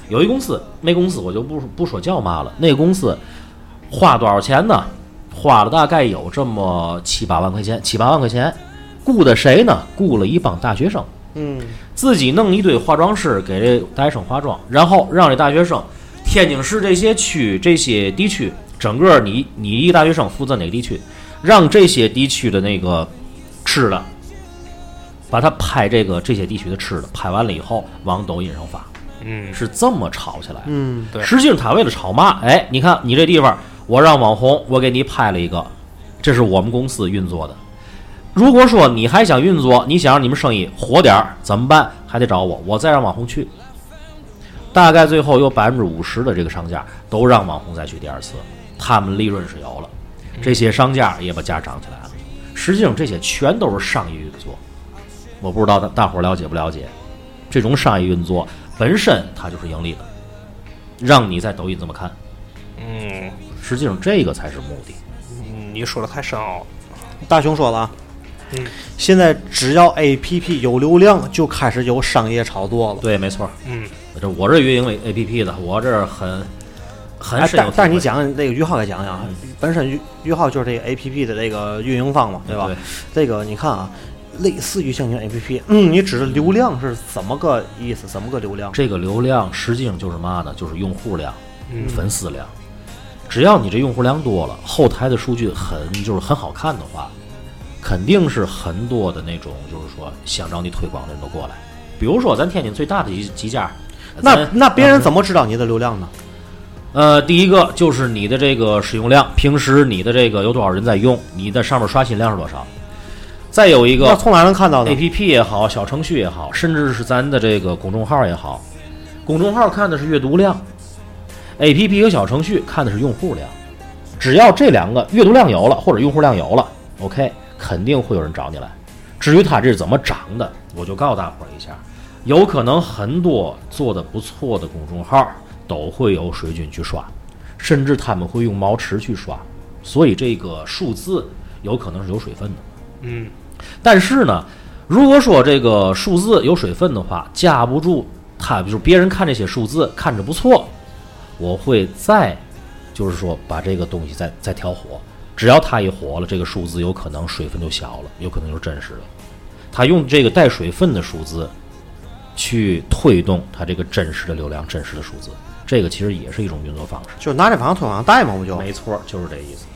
Speaker 6: 有一公司，那公司我就不说叫嘛了，那个公司花多少钱呢？花了大概有这么7、8万块钱，雇的谁呢？雇了一帮大学生，自己弄一堆化妆师给这大学生化妆，然后让这大学生天津市这些地区，整个你一个大学生负责哪个地区，让这些地区的那个吃的，把他拍这些地区的吃的拍完了以后往抖音上发，是这么炒起来。
Speaker 7: 对。
Speaker 6: 实际上他为了炒嘛，你看你这地方，我让网红，我给你拍了一个，这是我们公司运作的。如果说你还想运作，你想让你们生意火点怎么办？还得找我再让网红去。大概最后有50%的这个商家都让网红再去第2次，他们利润是有了，这些商家也把价涨起来了。实际上这些全都是商业运作，我不知道大伙了解不了解？这种商业运作本身它就是盈利的，让你在抖音这么看，实际上这个才是目的。
Speaker 7: 你说的太深奥了。
Speaker 5: 大雄说了啊，现在只要 APP 有流量，就开始有商业操作了。
Speaker 6: 对，没错。我这运营 APP 的，我这很深有体会。
Speaker 5: 但是你讲那个于浩给讲讲，本身于浩就是这个 APP 的这个运营方嘛，对吧？这个你看啊，类似于像APP，你指的流量是怎么个意思？怎么个流量？
Speaker 6: 这个流量实际上就是嘛呢？就是用户量、粉丝量。只要你这用户量多了，后台的数据很好看的话，肯定是很多的那种就是说想找你推广的人都过来。比如说咱天津最大的几家，
Speaker 5: 那别人怎么知道你的流量呢？
Speaker 6: 第一个就是你的这个使用量，平时你的这个有多少人在用，你的上面刷新量是多少。再有一个，
Speaker 5: 那从哪能看到的
Speaker 6: ？APP 也好，小程序也好，甚至是咱的这个公众号也好，公众号看的是阅读量。APP 和小程序看的是用户量，只要这2个阅读量有了或者用户量有了 ，OK， 肯定会有人找你来。至于它这是怎么涨的，我就告诉大伙儿一下，有可能很多做的不错的公众号都会有水军去刷，甚至他们会用毛池去刷，所以这个数字有可能是有水分的。但是呢，如果说这个数字有水分的话，架不住它，就是别人看这些数字看着不错。我会就是说把这个东西再调火，只要它一火了，这个数字有可能水分就小了，有可能就是真实的。他用这个带水分的数字去推动它这个真实的流量、真实的数字，这个其实也是一种运作方式。
Speaker 5: 就拿这往上推往上带嘛，不就？
Speaker 6: 没错，就是这意思。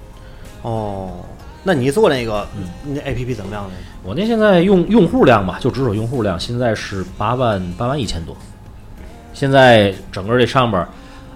Speaker 5: 那你做那个你 APP 怎么样呢？
Speaker 6: 我那现在用户量嘛，就只说用户量，现在是8万1000多。现在整个这上边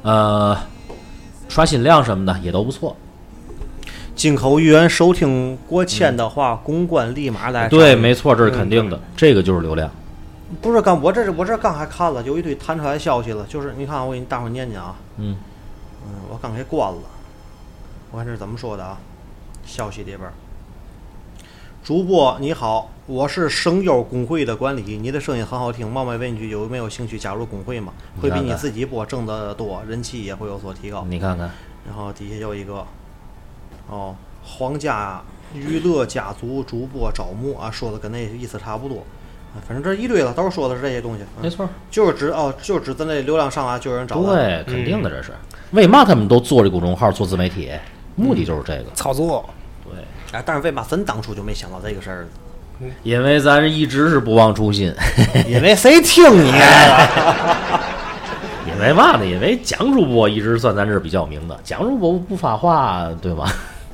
Speaker 6: 刷新量什么的也都不错。
Speaker 5: 进口语言收听过千的话，公关立马来。
Speaker 6: 对，没错，这是肯定的，这个就是流量。
Speaker 5: 不是我这刚还看了，有一堆弹出来的消息了，就是你看我给你大伙念念啊。我刚给关了，我看这是怎么说的啊？消息里边，主播你好，我是声优工会的管理，你的声音很好听，冒昧问一句，有没有兴趣加入工会嘛？会比你自己播挣得多，人气也会有所提高。
Speaker 6: 你看看，
Speaker 5: 然后底下有一个，皇家娱乐家族主播招募啊，说的跟那意思差不多。反正这一堆了，都是说的是这些东西。
Speaker 6: 没错，
Speaker 5: 就是指咱那流量上来就有人找。
Speaker 6: 对，肯定的，这是。为嘛他们都做这公众号、做自媒体？目的就是这个
Speaker 7: 操作。
Speaker 6: 对，
Speaker 5: 但是为嘛咱当初就没想到这个事儿呢？
Speaker 6: 因为咱一直是不忘初心。
Speaker 5: 因为谁听你
Speaker 6: 因为嘛呢？因为蒋主播一直算咱这儿比较有名的，蒋主播不发话，对吗？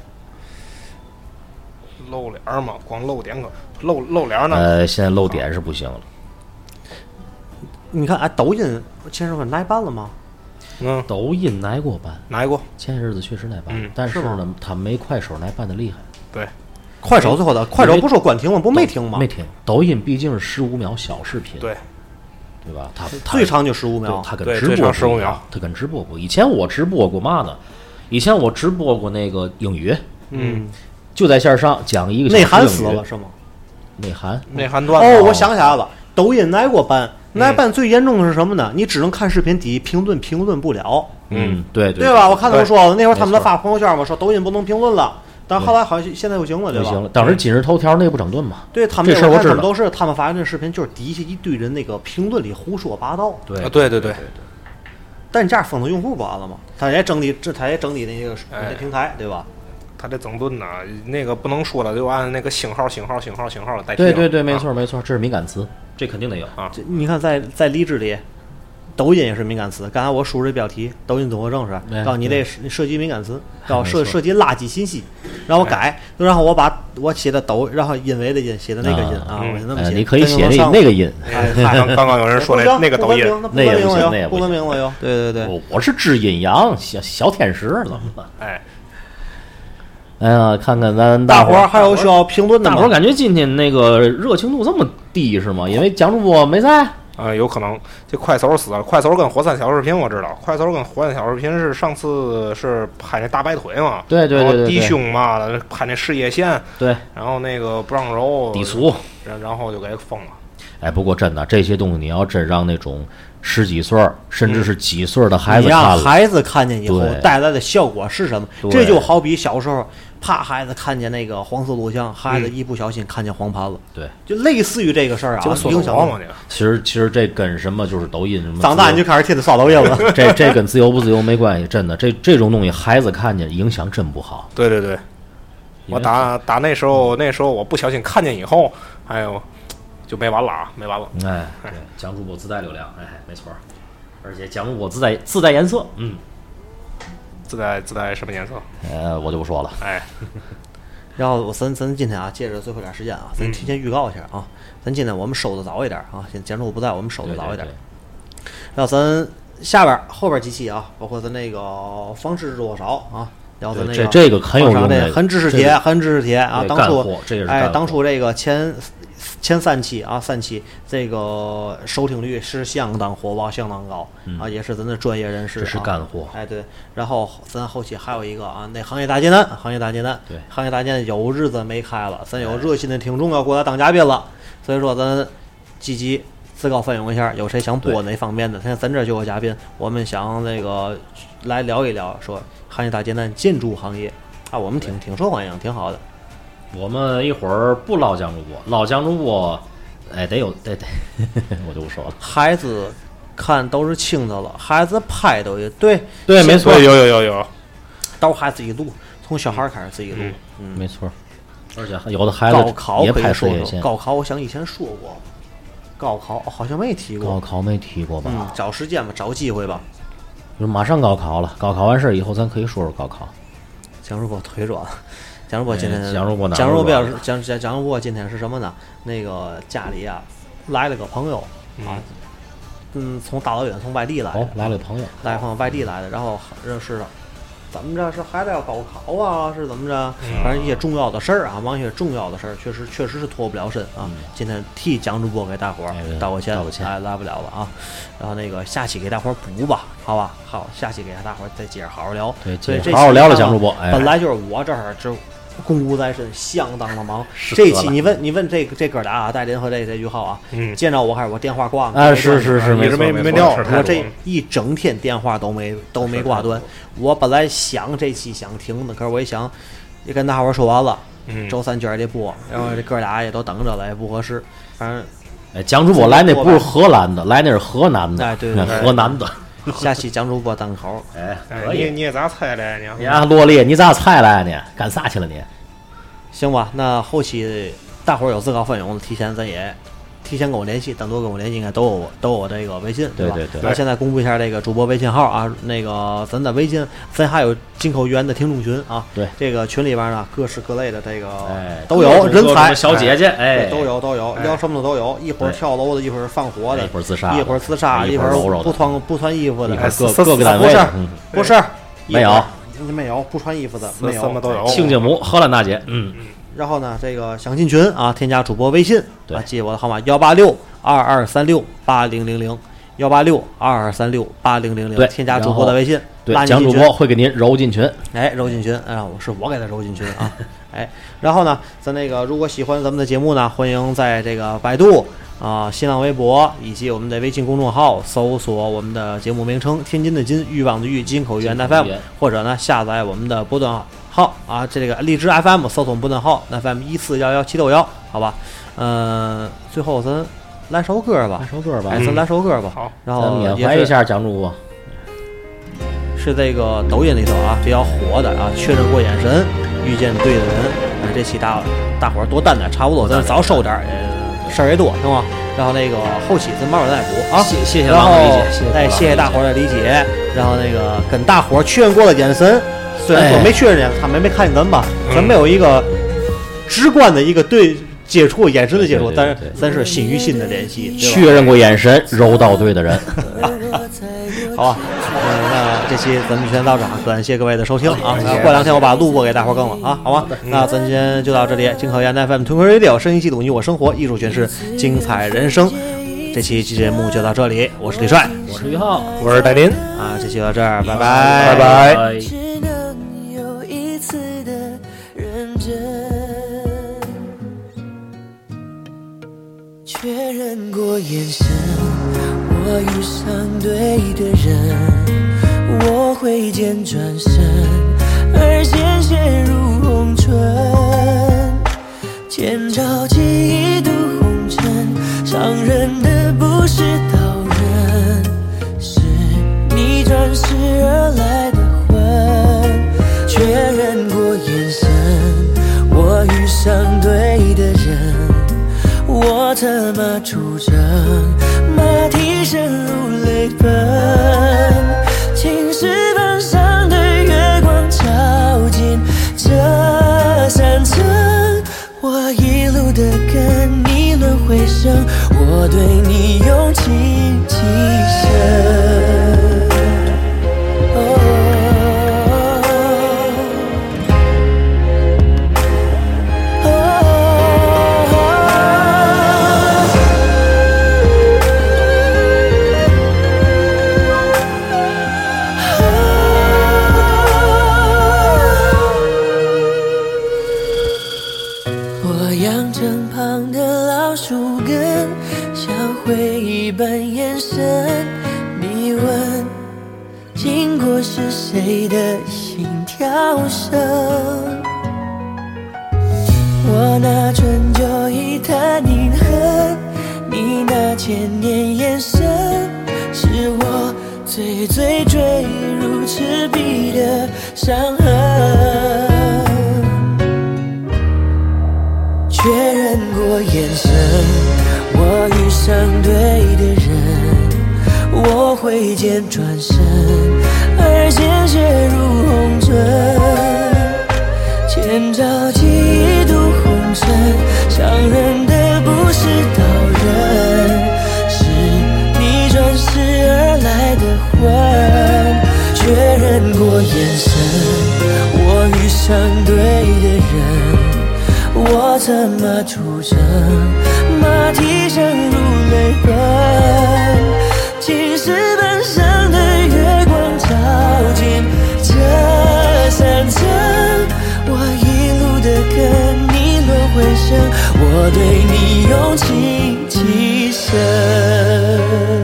Speaker 7: 露脸嘛，光露点个露脸呢。
Speaker 6: 现在露点是不行了。
Speaker 5: 你看，抖音前日子奶办了吗？
Speaker 6: 抖音奶过办，
Speaker 7: 奶过。
Speaker 6: 前些日子确实奶办，但是呢，他没快手奶办的厉害。
Speaker 7: 对，
Speaker 5: 快手最后的快手不说关停了，不没停吗？
Speaker 6: 没停。抖音毕竟是15秒小视频，
Speaker 7: 对
Speaker 6: 吧？它
Speaker 5: 最长就15秒，
Speaker 6: 它跟直播
Speaker 7: 15秒，
Speaker 6: 它跟直播不。以前我直播过嘛呢？以前我直播过那个英语，就在线上讲1个小时。
Speaker 5: 内涵死了是吗？
Speaker 6: 内
Speaker 7: 涵段
Speaker 5: 我想起来了，抖音奶过办。奶办最严重的是什么呢？你只能看视频，底评论不了。
Speaker 6: 对
Speaker 5: 吧？我看他们说那会儿他们在发朋友圈嘛，说抖音不能评论了，但后来好像现在又行了，对吧？
Speaker 6: 行了，当时今日头条内部整顿嘛。
Speaker 5: 对他们
Speaker 6: 这事
Speaker 5: 都是他们发的那视频，就是底下一堆人那个评论里胡说八道。
Speaker 6: 对，
Speaker 5: 但你这样封的用户不完了吗？他也整理那个平台，对吧？
Speaker 7: 他这整顿呢，那个不能说了，就按那个星号代替。
Speaker 6: 对，没错，这是敏感词，这肯定得有啊。
Speaker 5: 你看在荔枝里。抖音也是敏感词，刚才我输这标题，抖音综合症是，告诉你这涉及敏感词，告诉涉及垃圾信息，让我改，然后我把我写的抖，然后因为的因写的那个音啊，我就那么写。
Speaker 6: 你可以写那个音。
Speaker 7: 刚刚有人说那个抖音，
Speaker 6: 那也不行，那也
Speaker 5: 不文明了哟。对，
Speaker 6: 我是知阴阳小天使怎么办？哎呀，看看咱
Speaker 5: 大伙儿还有需要评论的吗？
Speaker 6: 大伙儿感觉今天那个热情度这么低是吗？因为蒋主播没在。
Speaker 7: 有可能这快手死了。快手跟火山小视频我知道，快手跟火山小视频是上次是拍那大白腿嘛，
Speaker 6: 对，
Speaker 7: 低胸嘛的，拍那事业线，
Speaker 6: 对，
Speaker 7: 然后那个不让揉
Speaker 6: 低俗，
Speaker 7: 然后就给封了。
Speaker 6: 哎，不过真的这些东西，你要真让那种10几岁甚至是几岁的孩子看了，
Speaker 5: 你让孩子看见以后带来的效果是什么？这就好比小时候。怕孩子看见那个黄色录像，孩子一不小心看见黄盘了，
Speaker 6: 对，
Speaker 5: 就类似于这个事儿啊，影响
Speaker 7: 嘛。
Speaker 6: 其实这跟什么就是抖音什么，
Speaker 5: 长大你就开始天天刷抖音了。
Speaker 6: 这跟自由不自由没关系，真的，这种东西孩子看见影响真不好。
Speaker 7: 对，我打那时候我不小心看见以后，哎呦，就没完了。
Speaker 6: 哎，对，蒋主播自带流量，哎，没错，而且蒋主播自带颜色，
Speaker 7: 自带什么颜色？
Speaker 6: 我就不说了。哎，
Speaker 5: 然后咱今天啊，借着最后点时间啊，咱提前预告一下啊，咱今天我们收的早一点啊，现在蒋主播不在，我们收的早一点。然后咱后边几期啊，包括咱那个方式多少啊，然后咱那个
Speaker 6: 这个很有用的，
Speaker 5: 很知识帖啊，当初这个前3期啊，3期这个收听率是相当火爆，相当高啊，也是咱的专业人士，
Speaker 6: 这是干货。
Speaker 5: 哎，对，然后咱后期还有一个啊，那行业大劫难，对，行业大劫难有日子没开了，咱有热心的听众要过来当嘉宾了，所以说咱积极自告奋勇一下，有谁想播哪方面的，现在咱这就有嘉宾，我们想那个来聊一聊，说行业大劫难建筑行业啊，我们挺受欢迎，挺好的。
Speaker 6: 我们一会儿不捞蒋主播，捞蒋主播，哎，得，我就不说了。
Speaker 5: 孩子看都是轻的了，孩子拍都也对，
Speaker 6: 没错，
Speaker 7: 有，
Speaker 5: 都是孩子自己录，从小孩开始自己录，
Speaker 6: 没错。而且有的孩子也拍事业线。
Speaker 5: 高考我想以前说过，高考好像没提过。
Speaker 6: 高考没提过吧？
Speaker 5: 找时间吧，找机会吧。
Speaker 6: 就是马上高考了，高考完事以后，咱可以说说高考。
Speaker 5: 蒋主播腿软。蒋主播今天，
Speaker 6: 蒋主播
Speaker 5: 今天是什么呢？那个家里啊来了个朋友啊，从大老远从外地来的，
Speaker 6: 来了个朋友，
Speaker 5: 外地来的，然后认识了，怎么着是孩子要高考啊，是怎么着？反正一些重要的事儿啊，忙一些重要的事儿，确实是脱不了身啊。今天替蒋主播给大伙儿道个歉，哎，来不了了啊。然后那个下期给大伙儿补吧，好吧？好，下期给大伙儿再接着好好聊。
Speaker 6: 对，
Speaker 5: 所以这
Speaker 6: 好好聊了蒋主播。
Speaker 5: 本来就是我这儿就公务在身，相当的忙。这期你问这哥俩啊，戴林和这句号啊，见着我还是我电话挂吗？
Speaker 6: 是，
Speaker 7: 没掉。
Speaker 5: 我这一整天电话都没挂断。我本来想这期想停的，可是我一想，也跟大伙说完了，周3卷得播，然后这哥俩也都等着了，也不合适。反正，
Speaker 6: 哎，蒋主播来那不是荷兰的，来那是河南的，
Speaker 5: 哎，对，
Speaker 6: 河南的。
Speaker 5: 下期蒋主播单口，
Speaker 6: 哎，
Speaker 7: 你也咋猜的你？
Speaker 6: 呀，萝莉，你咋猜来呢？干啥去了你？
Speaker 5: 行吧，那后期大伙儿有自告奋勇的，提前跟我联系，单独跟我联系，应该都有我这个微信，对吧？对。那现在公布一下这个主播微信号啊，那个咱的微信，咱还有进口源的听众群啊，
Speaker 6: 对，
Speaker 5: 这个群里边呢，各式各类的这个都有，人才
Speaker 6: 小姐姐，哎，
Speaker 5: 都有，聊什么的都有，一会儿跳楼的，一会儿放火的，
Speaker 6: 一会儿自杀，
Speaker 5: 一会儿不穿衣服的，
Speaker 6: 各个单位
Speaker 5: 不是
Speaker 6: 没
Speaker 5: 有不穿衣服的，没有
Speaker 7: 什么都有，
Speaker 6: 清净母荷兰大姐，
Speaker 5: 然后呢，这个想进群啊，添加主播微信，
Speaker 6: 对，
Speaker 5: 记我的号码18622368000，18622368000，
Speaker 6: 对，
Speaker 5: 添加主播的微信，
Speaker 6: 对，蒋主播会给您揉进群，
Speaker 5: 哎，揉进群，我给他揉进群啊，哎，然后呢，咱那个如果喜欢咱们的节目呢，欢迎在这个百度啊、新浪微博以及我们的微信公众号搜索我们的节目名称“天津的津，欲望的欲，金口源 FM”， 或者呢下载我们的波段号啊，这个荔枝 FM 搜索波段号 FM1411761，好吧？最后咱来首歌吧，
Speaker 6: 来首歌吧，
Speaker 5: 咱来首歌吧。
Speaker 7: 好，
Speaker 5: 然后
Speaker 6: 缅怀一下蒋主播。
Speaker 5: 是这个抖音里头啊比较火的啊，确认过眼神，遇见对的人。这期大伙儿多担待，差不多咱早收点，事儿也多，行吗？然后那个后期咱慢慢再补啊。
Speaker 6: 谢谢
Speaker 5: 然后谢谢大伙儿的理解。然后那个跟大伙儿确认过了眼神，虽然说没确认眼，他们没看见咱吧，咱没有一个直观的一个对接触眼神的接触，但是咱是心与心的联系，
Speaker 6: 确认过眼神，揉到对的人。
Speaker 5: 好吧，那这期咱们就先到这儿，感谢各位的收听啊！过两天我把录播给大伙儿更了啊，好吧？那咱今天就到这里，金口源 FM Twinkle Radio 声音记录你我生活，艺术诠释精彩人生。这期节目就到这里，我是李帅，
Speaker 6: 我是于浩，
Speaker 7: 我是戴林
Speaker 5: 啊，这期到这儿，拜拜，
Speaker 7: 拜拜。
Speaker 3: 只能有一次的认真，确认过眼神，我遇上对的人，我挥剑转身，而鲜血如红唇，千朝记忆渡红尘，伤人的不是刀刃，是你转世而来的魂。确认过眼神，我遇上对的人，我策马出征，马蹄声如泪奔，青石板上的月光照进这山城，我一路的跟你轮回声，我对你用情极深。谁的心跳声？我那春秋一叹凝恨，你那千年眼神，是我最最坠入赤壁的伤痕。确认过眼神，我遇上对的人，我挥剑转身，而鲜血如红唇，千朝记忆渡红尘，伤人的不是刀刃，是你转世而来的魂。确认过眼神，我遇上对的人，我策马出征，马蹄声如泪奔，青石板上的月光照进这山城，我一路的跟你轮回声，我对你用情极深。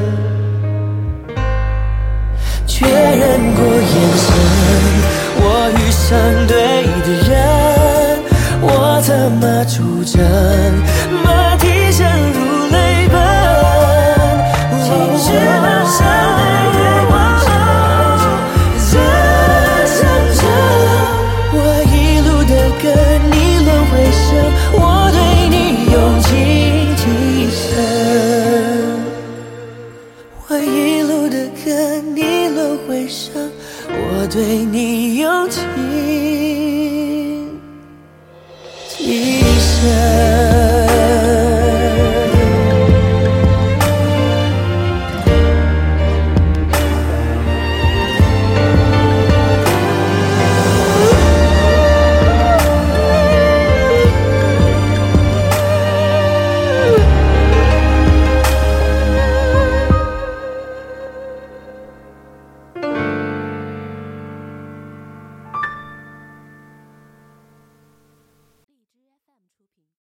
Speaker 3: 确认过眼神，我遇上对的人，我策马出征，马蹄声如泪奔，青石板上的月光照这山城，我一路的跟你轮回声，我对你用情极深。我一路的跟你轮回声，我对你用情极深。